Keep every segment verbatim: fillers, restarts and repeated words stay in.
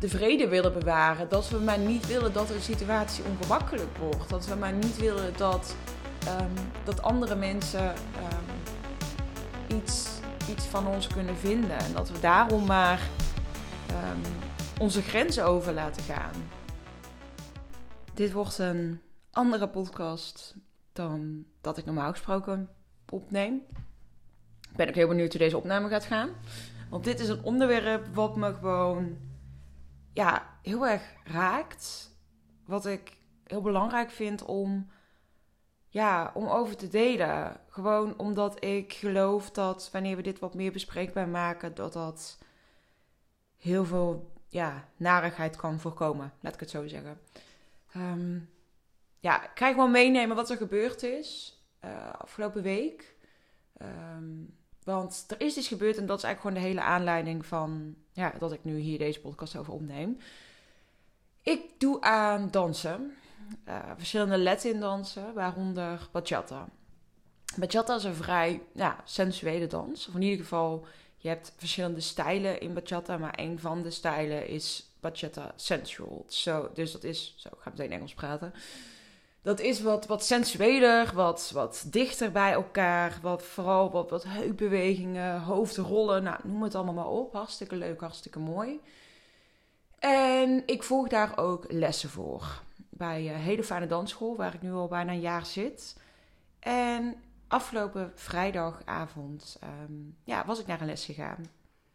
de vrede willen bewaren. Dat we maar niet willen dat de situatie ongemakkelijk wordt. Dat we maar niet willen dat, um, dat andere mensen um, iets, iets van ons kunnen vinden. En dat we daarom maar um, onze grenzen over laten gaan. Dit wordt een andere podcast dan dat ik normaal gesproken opneem. Ik ben ook heel benieuwd hoe deze opname gaat gaan. Want dit is een onderwerp wat me gewoon ja, heel erg raakt. Wat ik heel belangrijk vind om, ja, om over te delen. Gewoon omdat ik geloof dat wanneer we dit wat meer bespreekbaar maken, dat dat heel veel ja, narigheid kan voorkomen. Laat ik het zo zeggen. Um, ja, ik ga je gewoon meenemen wat er gebeurd is uh, afgelopen week. Um, want er is iets gebeurd en dat is eigenlijk gewoon de hele aanleiding van ja, dat ik nu hier deze podcast over opneem. Ik doe aan dansen. Uh, verschillende Latin dansen, waaronder bachata. Bachata is een vrij ja, sensuele dans. Of in ieder geval, je hebt verschillende stijlen in bachata, maar een van de stijlen is bachata sensual. So, dus dat is, zo ik ga meteen Engels praten. Dat is wat, wat sensueler, wat, wat dichter bij elkaar. Wat, vooral wat, wat heupbewegingen, hoofdrollen. Nou, noem het allemaal maar op. Hartstikke leuk, hartstikke mooi. En ik volg daar ook lessen voor. Bij een hele fijne dansschool, waar ik nu al bijna een jaar zit. En afgelopen vrijdagavond um, ja, was ik naar een les gegaan.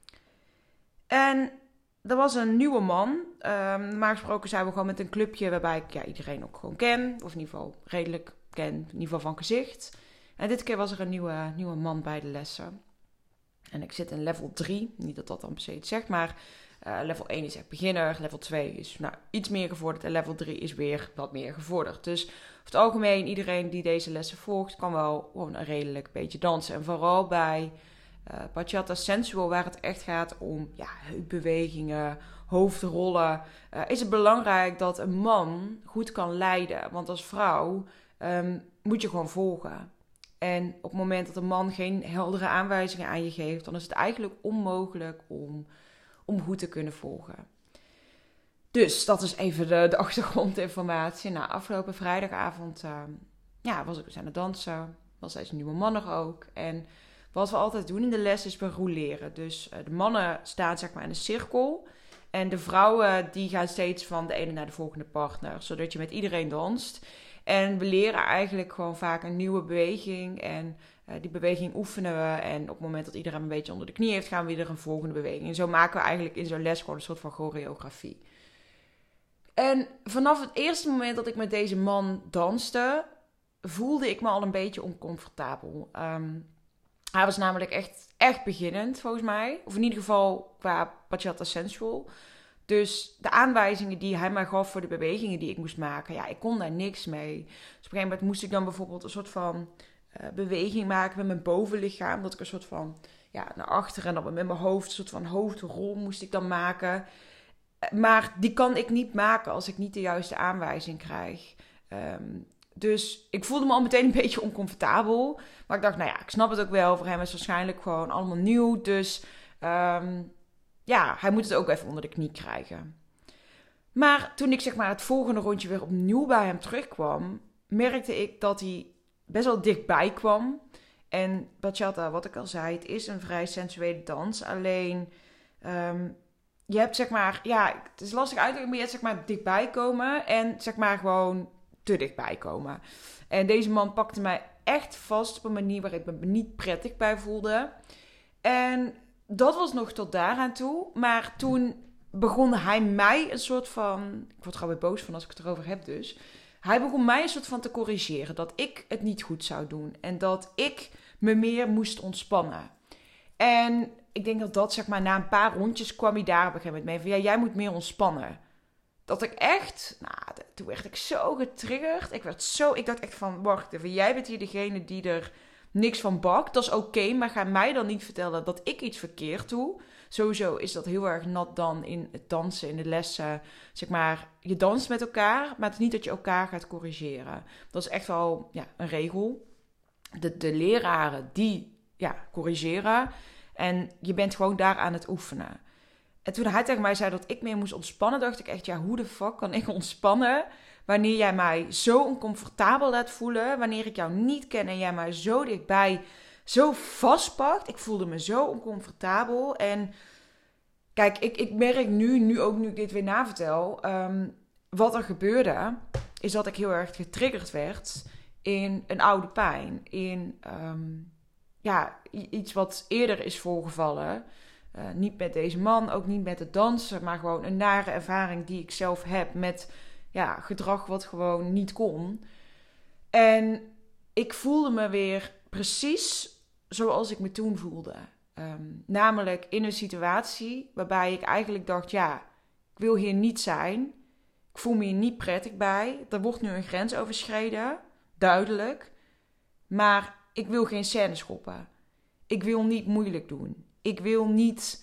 En er was een nieuwe man. Um, normaal gesproken zijn we gewoon met een clubje waarbij ik ja, iedereen ook gewoon ken. Of in ieder geval redelijk ken, in ieder geval van gezicht. En dit keer was er een nieuwe, nieuwe man bij de lessen. En ik zit in level drie. Niet dat dat dan per se iets zegt, maar uh, level één is echt beginner. Level twee is nou, iets meer gevorderd. En level drie is weer wat meer gevorderd. Dus over het algemeen, iedereen die deze lessen volgt, kan wel gewoon een redelijk beetje dansen. En vooral bij Uh, bachata sensual, waar het echt gaat om ja, heupbewegingen, hoofdrollen, uh, is het belangrijk dat een man goed kan leiden. Want als vrouw um, moet je gewoon volgen. En op het moment dat een man geen heldere aanwijzingen aan je geeft, dan is het eigenlijk onmogelijk om, om goed te kunnen volgen. Dus dat is even de, de achtergrondinformatie. Nou, afgelopen vrijdagavond uh, ja, was ik dus aan het dansen. Was deze nieuwe man nog ook. En wat we altijd doen in de les is we roleren. Dus uh, de mannen staan zeg maar in een cirkel. En de vrouwen die gaan steeds van de ene naar de volgende partner. Zodat je met iedereen danst. En we leren eigenlijk gewoon vaak een nieuwe beweging. En uh, die beweging oefenen we. En op het moment dat iedereen een beetje onder de knie heeft, gaan we weer een volgende beweging. En zo maken we eigenlijk in zo'n les gewoon een soort van choreografie. En vanaf het eerste moment dat ik met deze man danste, voelde ik me al een beetje oncomfortabel. Um, Hij was namelijk echt, echt beginnend, volgens mij. Of in ieder geval qua bachata sensual. Dus de aanwijzingen die hij mij gaf voor de bewegingen die ik moest maken, ja, ik kon daar niks mee. Dus op een gegeven moment moest ik dan bijvoorbeeld een soort van uh, beweging maken met mijn bovenlichaam. Dat ik een soort van, ja, naar achteren en dan met mijn hoofd, een soort van hoofdrol moest ik dan maken. Maar die kan ik niet maken als ik niet de juiste aanwijzing krijg. Um, Dus ik voelde me al meteen een beetje oncomfortabel. Maar ik dacht, nou ja, ik snap het ook wel. Voor hem is het waarschijnlijk gewoon allemaal nieuw. Dus um, ja, hij moet het ook even onder de knie krijgen. Maar toen ik zeg maar het volgende rondje weer opnieuw bij hem terugkwam, merkte ik dat hij best wel dichtbij kwam. En bachata, wat ik al zei, het is een vrij sensuele dans. Alleen, um, je hebt zeg maar, ja, het is lastig uit te leggen, maar je hebt zeg maar dichtbij komen en zeg maar gewoon te dichtbij komen. En deze man pakte mij echt vast op een manier waar ik me niet prettig bij voelde. En dat was nog tot daaraan toe. Maar toen begon hij mij een soort van, ik word er alweer boos van als ik het erover heb dus. Hij begon mij een soort van te corrigeren. Dat ik het niet goed zou doen. En dat ik me meer moest ontspannen. En ik denk dat dat zeg maar na een paar rondjes kwam hij daar op een gegeven moment mee. Van ja, jij moet meer ontspannen. Dat ik echt, nou, toen werd ik zo getriggerd. Ik werd zo, ik dacht echt van, wacht even, jij bent hier degene die er niks van bakt. Dat is oké, okay, maar ga mij dan niet vertellen dat ik iets verkeerd doe. Sowieso is dat heel erg nat dan in het dansen, in de lessen. Zeg maar, je danst met elkaar, maar het is niet dat je elkaar gaat corrigeren. Dat is echt wel ja, een regel. De, de leraren, die ja, corrigeren. En je bent gewoon daar aan het oefenen. En toen hij tegen mij zei dat ik meer moest ontspannen, dacht ik echt, ja, hoe de fuck kan ik ontspannen wanneer jij mij zo oncomfortabel laat voelen, wanneer ik jou niet ken en jij mij zo dichtbij zo vastpakt. Ik voelde me zo oncomfortabel. En kijk, ik, ik merk nu, nu ook nu ik dit weer navertel, um, wat er gebeurde, is dat ik heel erg getriggerd werd in een oude pijn. In um, ja, iets wat eerder is voorgevallen. Uh, niet met deze man, ook niet met het dansen, maar gewoon een nare ervaring die ik zelf heb met ja, gedrag wat gewoon niet kon. En ik voelde me weer precies zoals ik me toen voelde. Um, namelijk in een situatie waarbij ik eigenlijk dacht, ja, ik wil hier niet zijn. Ik voel me hier niet prettig bij. Er wordt nu een grens overschreden, duidelijk. Maar ik wil geen scène schoppen. Ik wil niet moeilijk doen. Ik wil niet...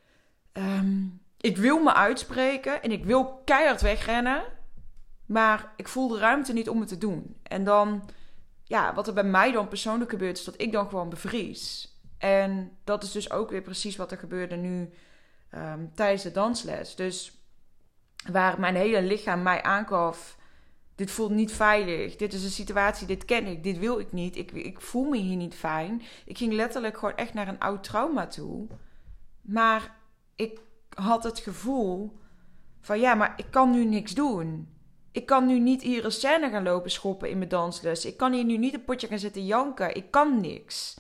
Um, ik wil me uitspreken en ik wil keihard wegrennen. Maar ik voel de ruimte niet om het te doen. En dan, ja, wat er bij mij dan persoonlijk gebeurt, is dat ik dan gewoon bevries. En dat is dus ook weer precies wat er gebeurde nu um, tijdens de dansles. Dus waar mijn hele lichaam mij aangaf, dit voelt niet veilig. Dit is een situatie, dit ken ik, dit wil ik niet. Ik, ik voel me hier niet fijn. Ik ging letterlijk gewoon echt naar een oud trauma toe. Maar ik had het gevoel van, ja, maar ik kan nu niks doen. Ik kan nu niet hier een scène gaan lopen schoppen in mijn dansles. Ik kan hier nu niet een potje gaan zitten janken. Ik kan niks.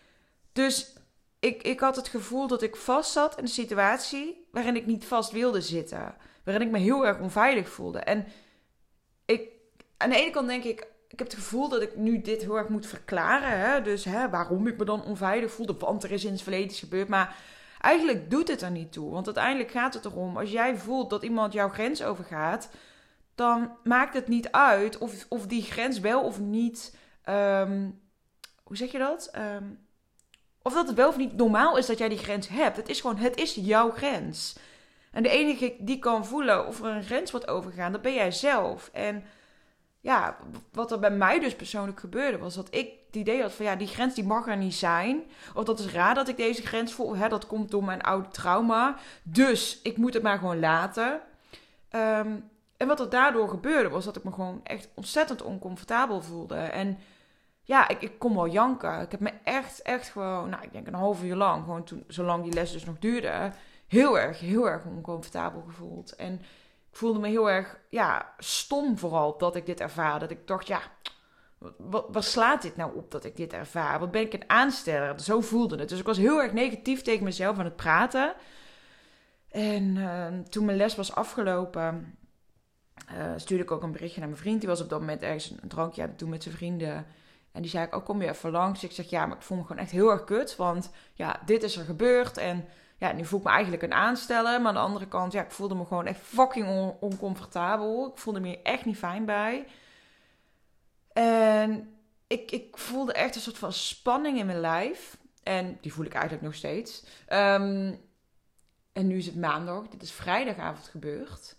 Dus ik, ik had het gevoel dat ik vast zat in een situatie waarin ik niet vast wilde zitten. Waarin ik me heel erg onveilig voelde. En ik, aan de ene kant denk ik, ik heb het gevoel dat ik nu dit heel erg moet verklaren. Hè? Dus hè, waarom ik me dan onveilig voelde. Want er is in het verleden iets gebeurd. Maar eigenlijk doet het er niet toe. Want uiteindelijk gaat het erom, als jij voelt dat iemand jouw grens overgaat, dan maakt het niet uit of, of die grens wel of niet... Um, hoe zeg je dat? Um, of dat het wel of niet normaal is dat jij die grens hebt. Het is gewoon, het is jouw grens. En de enige die kan voelen of er een grens wordt overgegaan, dat ben jij zelf. En ja, wat er bij mij dus persoonlijk gebeurde, was dat ik het idee had van, ja, die grens die mag er niet zijn. Of dat is raar dat ik deze grens voel. Hè, dat komt door mijn oude trauma. Dus ik moet het maar gewoon laten. Um, en wat er daardoor gebeurde, was dat ik me gewoon echt ontzettend oncomfortabel voelde. En ja, ik, ik kon wel janken. Ik heb me echt, echt gewoon, nou, ik denk een half uur lang, gewoon toen, zolang die les dus nog duurde, heel erg, heel erg oncomfortabel gevoeld. En ik voelde me heel erg, ja, stom vooral dat ik dit ervaarde. Dat ik dacht, ja, wat, wat slaat dit nou op dat ik dit ervaar? Wat ben ik een aansteller? Zo voelde het. Dus ik was heel erg negatief tegen mezelf aan het praten. En uh, toen mijn les was afgelopen, uh, stuurde ik ook een berichtje naar mijn vriend. Die was op dat moment ergens een drankje aan het doen met zijn vrienden. En die zei ik, oh, kom je even langs? Dus ik zeg, ja, maar ik voel me gewoon echt heel erg kut. Want ja, dit is er gebeurd. En ja, nu voel ik me eigenlijk een aansteller. Maar aan de andere kant, ja, ik voelde me gewoon echt fucking on- oncomfortabel. Ik voelde me hier echt niet fijn bij. En ik, ik voelde echt een soort van spanning in mijn lijf. En die voel ik eigenlijk nog steeds. Um, en nu is het maandag. Dit is vrijdagavond gebeurd.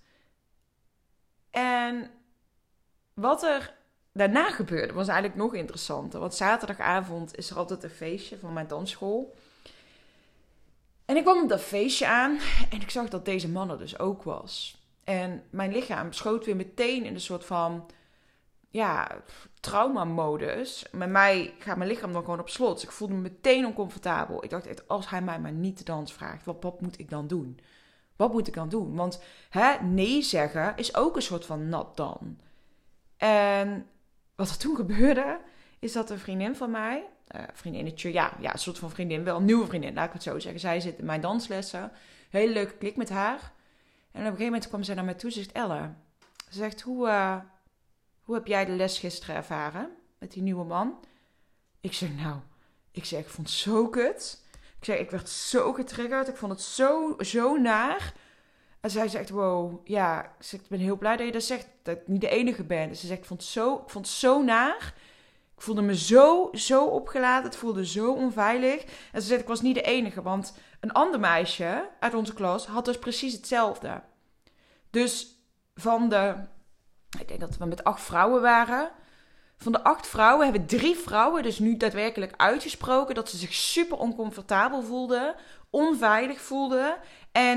En wat er daarna gebeurde was eigenlijk nog interessanter. Want zaterdagavond is er altijd een feestje van mijn dansschool. En ik kwam op dat feestje aan en ik zag dat deze man er dus ook was. En mijn lichaam schoot weer meteen in een soort van, ja, traumamodus. Met mij gaat mijn lichaam dan gewoon op slot. Dus ik voelde me meteen oncomfortabel. Ik dacht echt, als hij mij maar niet te dans vraagt, wat, wat moet ik dan doen? Wat moet ik dan doen? Want hè, nee zeggen is ook een soort van nat dan. En wat er toen gebeurde, is dat een vriendin van mij, uh, vriendinnetje, ja, ja, een soort van vriendin, wel een nieuwe vriendin, laat ik het zo zeggen. Zij zit in mijn danslessen, hele leuke klik met haar. En op een gegeven moment kwam zij naar mij toe, ze zegt, Elle, ze zegt, hoe, uh, hoe heb jij de les gisteren ervaren met die nieuwe man? Ik zeg, nou, ik zeg, ik vond het zo kut. Ik zeg, ik werd zo getriggerd, ik vond het zo, zo naar. En zij zegt, wow, ja, ik, zeg, ik ben heel blij dat je dat zegt, dat ik niet de enige ben. Dus ze zegt, ik vond het zo, ik vond het zo naar. Ik voelde me zo, zo opgelaten, het voelde zo onveilig. En ze zegt, ik was niet de enige, want een ander meisje uit onze klas had dus precies hetzelfde. Dus van de, ik denk dat we met acht vrouwen waren. Van de acht vrouwen hebben drie vrouwen dus nu daadwerkelijk uitgesproken dat ze zich super oncomfortabel voelden, onveilig voelden. En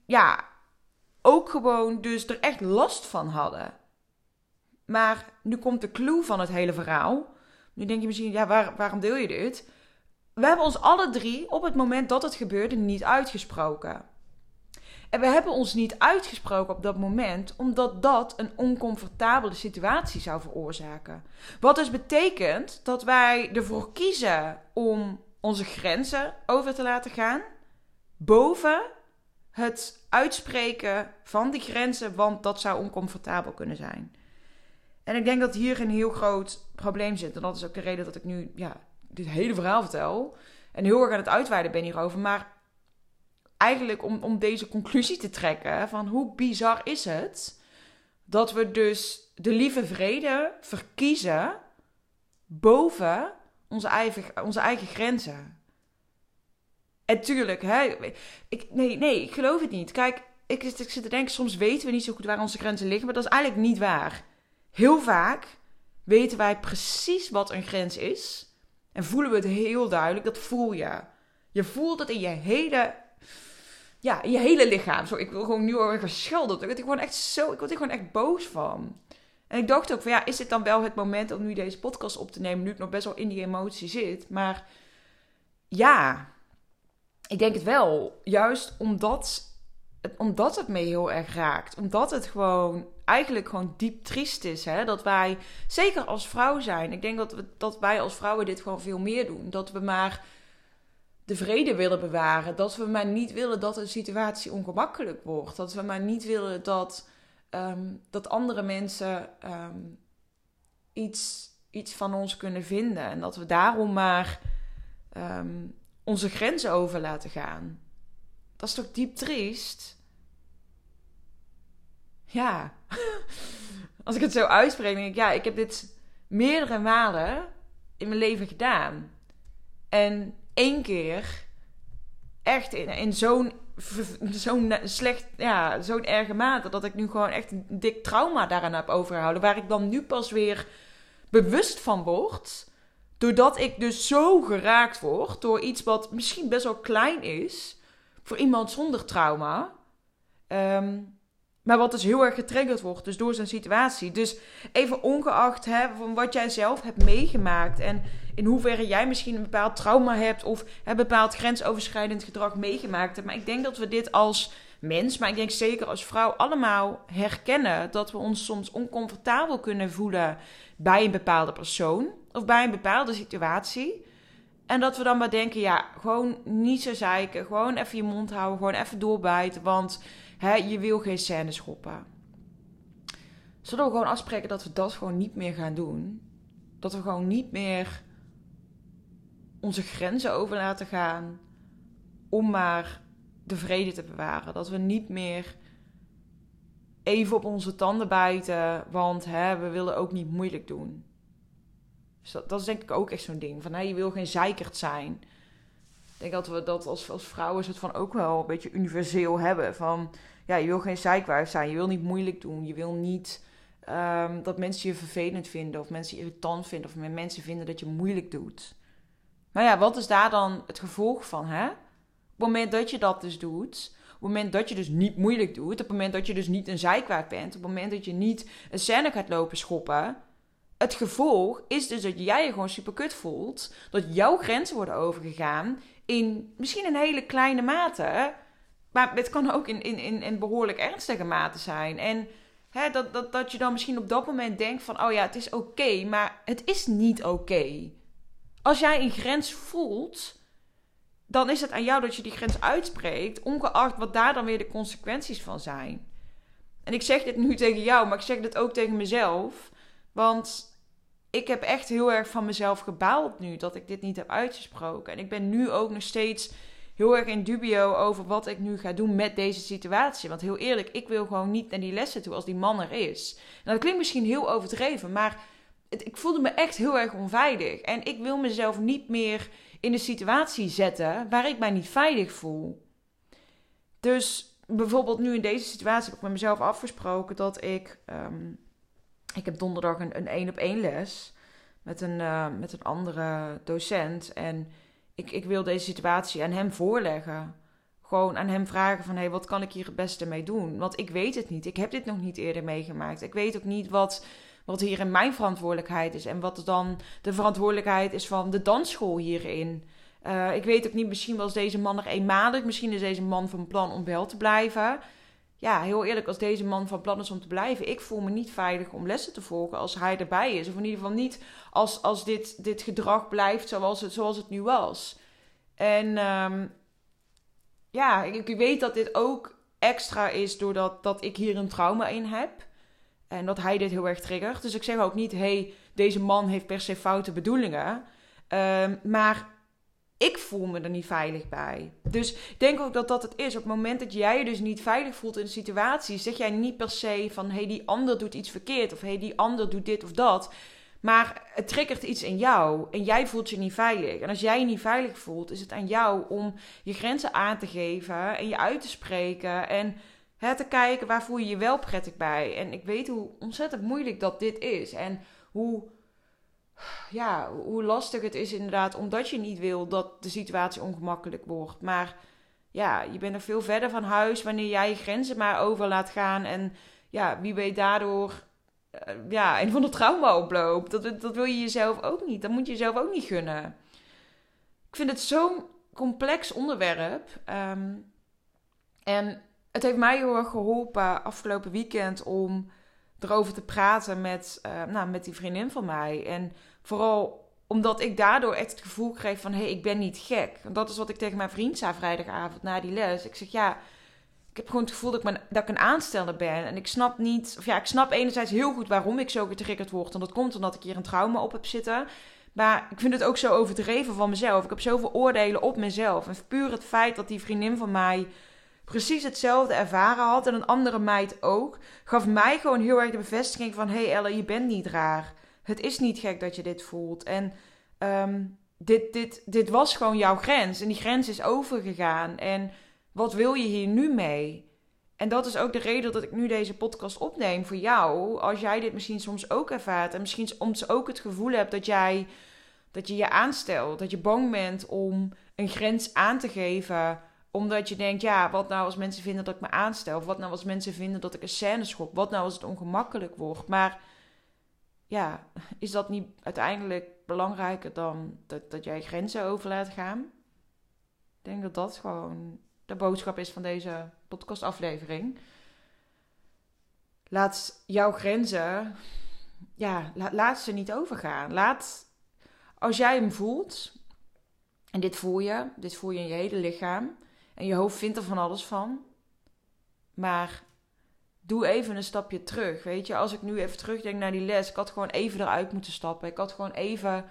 ja, ook gewoon dus er echt last van hadden. Maar nu komt de clue van het hele verhaal. Nu denk je misschien, ja, waar, waarom deel je dit? We hebben ons alle drie op het moment dat het gebeurde niet uitgesproken. En we hebben ons niet uitgesproken op dat moment, omdat dat een oncomfortabele situatie zou veroorzaken. Wat dus betekent dat wij ervoor kiezen om onze grenzen over te laten gaan, boven het uitspreken van die grenzen, want dat zou oncomfortabel kunnen zijn. En ik denk dat hier een heel groot probleem zit. En dat is ook de reden dat ik nu ja, dit hele verhaal vertel. En heel erg aan het uitweiden ben hierover. Maar eigenlijk om, om deze conclusie te trekken van hoe bizar is het dat we dus de lieve vrede verkiezen boven onze eigen, onze eigen grenzen. En tuurlijk, hè, ik, nee, nee, ik geloof het niet. Kijk, ik, ik zit te denken, soms weten we niet zo goed waar onze grenzen liggen, maar dat is eigenlijk niet waar. Heel vaak weten wij precies wat een grens is en voelen we het heel duidelijk. Dat voel je. Je voelt het in je hele, ja, in je hele lichaam. Zo, ik wil gewoon nu al even schelden. Ik word er gewoon echt zo, ik word er gewoon echt boos van. En ik dacht ook van ja, is dit dan wel het moment om nu deze podcast op te nemen, nu ik nog best wel in die emotie zit. Maar ja, ik denk het wel. Juist omdat, omdat het me heel erg raakt. Omdat het gewoon eigenlijk gewoon diep triest is. Hè? Dat wij, zeker als vrouw zijn. Ik denk dat, we, dat wij als vrouwen dit gewoon veel meer doen. Dat we maar de vrede willen bewaren. Dat we maar niet willen dat een situatie ongemakkelijk wordt. Dat we maar niet willen dat, um, dat andere mensen um, iets, iets van ons kunnen vinden. En dat we daarom maar um, onze grenzen over laten gaan. Dat is toch diep triest? Ja. Als ik het zo uitspreek, denk ik, ja, ik heb dit meerdere malen in mijn leven gedaan. En één keer echt in, in zo'n, zo'n slecht, ja, zo'n erge mate dat ik nu gewoon echt een dik trauma daaraan heb overgehouden. Waar ik dan nu pas weer bewust van word. Doordat ik dus zo geraakt word door iets wat misschien best wel klein is voor iemand zonder trauma. Um, maar wat dus heel erg getriggerd wordt, dus door zijn situatie. Dus even ongeacht hè, van wat jij zelf hebt meegemaakt en in hoeverre jij misschien een bepaald trauma hebt of een bepaald grensoverschrijdend gedrag meegemaakt hebt. Maar ik denk dat we dit als mens, maar ik denk zeker als vrouw allemaal herkennen dat we ons soms oncomfortabel kunnen voelen bij een bepaalde persoon of bij een bepaalde situatie. En dat we dan maar denken, ja, gewoon niet zo zeiken, gewoon even je mond houden, gewoon even doorbijten, want hè, je wil geen scène schoppen. Zullen we gewoon afspreken dat we dat gewoon niet meer gaan doen? Dat we gewoon niet meer onze grenzen over laten gaan om maar de vrede te bewaren. Dat we niet meer even op onze tanden bijten, want hè, we willen ook niet moeilijk doen. Dus dat, dat is denk ik ook echt zo'n ding. Van, hè, je wil geen zeikert zijn. Ik denk dat we dat als, als vrouwen soort van ook wel een beetje universeel hebben. Van, ja, je wil geen zeikwijf zijn. Je wil niet moeilijk doen. Je wil niet um, dat mensen je vervelend vinden. Of mensen je irritant vinden. Of mensen vinden dat je moeilijk doet. Maar ja, wat is daar dan het gevolg van, hè? Op het moment dat je dat dus doet. Op het moment dat je dus niet moeilijk doet. Op het moment dat je dus niet een zeikwijf bent. Op het moment dat je niet een scène gaat lopen schoppen. Het gevolg is dus dat jij je gewoon super kut voelt. Dat jouw grenzen worden overgegaan. In misschien een hele kleine mate. Maar het kan ook in, in, in, in behoorlijk ernstige mate zijn. En hè, dat, dat, dat je dan misschien op dat moment denkt van, oh ja, het is oké. Okay, maar het is niet oké. Okay. Als jij een grens voelt, dan is het aan jou dat je die grens uitspreekt. Ongeacht wat daar dan weer de consequenties van zijn. En ik zeg dit nu tegen jou, maar ik zeg dit ook tegen mezelf. Want ik heb echt heel erg van mezelf gebaald nu dat ik dit niet heb uitgesproken. En ik ben nu ook nog steeds heel erg in dubio over wat ik nu ga doen met deze situatie. Want heel eerlijk, ik wil gewoon niet naar die lessen toe als die man er is. En dat klinkt misschien heel overdreven, maar het, ik voelde me echt heel erg onveilig. En ik wil mezelf niet meer in een situatie zetten waar ik mij niet veilig voel. Dus bijvoorbeeld nu in deze situatie heb ik met mezelf afgesproken dat ik... Um, ik heb donderdag een, een één-op-één les met een, uh, met een andere docent. En ik, ik wil deze situatie aan hem voorleggen. gewoon aan hem vragen van... hé, hey, wat kan ik hier het beste mee doen? Want ik weet het niet. Ik heb dit nog niet eerder meegemaakt. Ik weet ook niet wat, wat hier in mijn verantwoordelijkheid is. En wat dan de verantwoordelijkheid is van de dansschool hierin. Uh, ik weet ook niet, misschien was deze man nog eenmalig. Misschien is deze man van plan om wel te blijven. Ja, heel eerlijk, als deze man van plan is om te blijven... ik voel me niet veilig om lessen te volgen als hij erbij is. Of in ieder geval niet als, als dit, dit gedrag blijft zoals het, zoals het nu was. En um, ja, ik, ik weet dat dit ook extra is... doordat dat ik hier een trauma in heb. En dat hij dit heel erg triggert. Dus ik zeg ook niet... hé, hey, deze man heeft per se foute bedoelingen. Um, maar... ik voel me er niet veilig bij. Dus ik denk ook dat dat het is. Op het moment dat jij je dus niet veilig voelt in de situatie... zeg jij niet per se van... hé, hey, die ander doet iets verkeerd. Of hé, hey, die ander doet dit of dat. Maar het triggert iets in jou. En jij voelt je niet veilig. En als jij je niet veilig voelt... is het aan jou om je grenzen aan te geven... en je uit te spreken. En hè, te kijken waar voel je je wel prettig bij. En ik weet hoe ontzettend moeilijk dat dit is. En hoe... ja, hoe lastig het is inderdaad, omdat je niet wil dat de situatie ongemakkelijk wordt. Maar ja, je bent er veel verder van huis wanneer jij je grenzen maar over laat gaan. En ja, wie weet daardoor uh, ja, een van de trauma oploopt. Dat, dat wil je jezelf ook niet. Dat moet je jezelf ook niet gunnen. Ik vind het zo'n complex onderwerp. Um, en het heeft mij heel erg geholpen afgelopen weekend om erover te praten met, uh, nou, met die vriendin van mij. En vooral omdat ik daardoor echt het gevoel kreeg van... hé, hey, ik ben niet gek. En dat is wat ik tegen mijn vriend zei vrijdagavond na die les. Ik zeg, ja, ik heb gewoon het gevoel dat ik, mijn, dat ik een aansteller ben. En ik snap niet... of ja, ik snap enerzijds heel goed waarom ik zo getriggerd word. En dat komt omdat ik hier een trauma op heb zitten. Maar ik vind het ook zo overdreven van mezelf. Ik heb zoveel oordelen op mezelf. En puur het feit dat die vriendin van mij... precies hetzelfde ervaren had en een andere meid ook... gaf mij gewoon heel erg de bevestiging van... hé hey Elle, je bent niet raar. Het is niet gek dat je dit voelt. En um, dit, dit, dit was gewoon jouw grens. En die grens is overgegaan. En wat wil je hier nu mee? En dat is ook de reden dat ik nu deze podcast opneem voor jou. Als jij dit misschien soms ook ervaart. En misschien soms ook het gevoel hebt dat jij... dat je je aanstelt. Dat je bang bent om een grens aan te geven... omdat je denkt, ja, wat nou als mensen vinden dat ik me aanstel? Of wat nou als mensen vinden dat ik een scène schop? Wat nou als het ongemakkelijk wordt? Maar ja, is dat niet uiteindelijk belangrijker dan dat, dat jij grenzen over laat gaan? Ik denk dat dat gewoon de boodschap is van deze podcastaflevering. Laat jouw grenzen, ja, laat, laat ze niet overgaan. Laat, als jij hem voelt, en dit voel je, dit voel je in je hele lichaam... en je hoofd vindt er van alles van. Maar doe even een stapje terug. Weet je, als ik nu even terugdenk naar die les. Ik had gewoon even eruit moeten stappen. Ik had gewoon even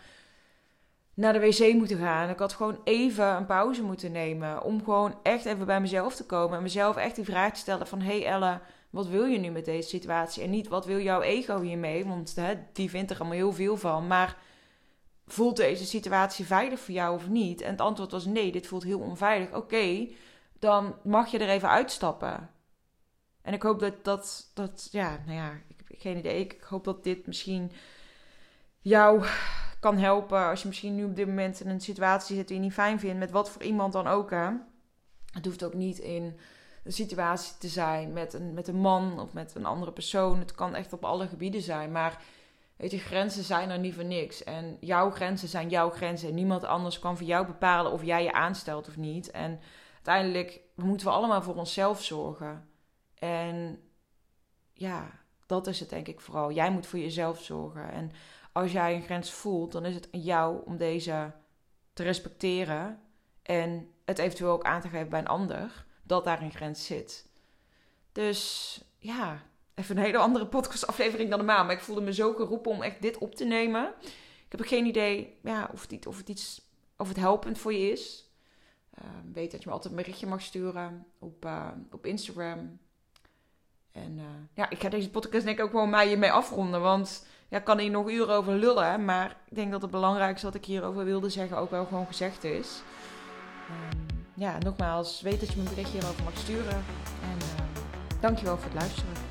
naar de wc moeten gaan. Ik had gewoon even een pauze moeten nemen. Om gewoon echt even bij mezelf te komen. En mezelf echt die vraag te stellen van... hé hey Elle, wat wil je nu met deze situatie? En niet wat wil jouw ego hiermee? Want hè, die vindt er allemaal heel veel van. Maar... voelt deze situatie veilig voor jou of niet? En het antwoord was nee, dit voelt heel onveilig. Oké, okay, dan mag je er even uitstappen. En ik hoop dat dat, dat ja, nou ja, ik heb geen idee. Ik hoop dat dit misschien jou kan helpen als je misschien nu op dit moment in een situatie zit die je niet fijn vindt, met wat voor iemand dan ook. Hè? Het hoeft ook niet in een situatie te zijn met een, met een man of met een andere persoon. Het kan echt op alle gebieden zijn, maar... weet je, grenzen zijn er niet voor niks. En jouw grenzen zijn jouw grenzen. En niemand anders kan voor jou bepalen of jij je aanstelt of niet. En uiteindelijk moeten we allemaal voor onszelf zorgen. En ja, dat is het denk ik vooral. Jij moet voor jezelf zorgen. En als jij een grens voelt, dan is het aan jou om deze te respecteren. En het eventueel ook aan te geven bij een ander. Dat daar een grens zit. Dus ja... even een hele andere podcastaflevering dan normaal. Maar ik voelde me zo geroepen om echt dit op te nemen. Ik heb geen idee ja, of, het, of het iets of het helpend voor je is. Uh, weet dat je me altijd een berichtje mag sturen op, uh, op Instagram. En uh, ja, ik ga deze podcast denk ik ook gewoon mij hiermee afronden. Want ja, ik kan hier nog uren over lullen. Maar ik denk dat het belangrijkste wat ik hierover wilde zeggen ook wel gewoon gezegd is. Um, ja, nogmaals, weet dat je me een berichtje hierover mag sturen. En uh, dankjewel voor het luisteren.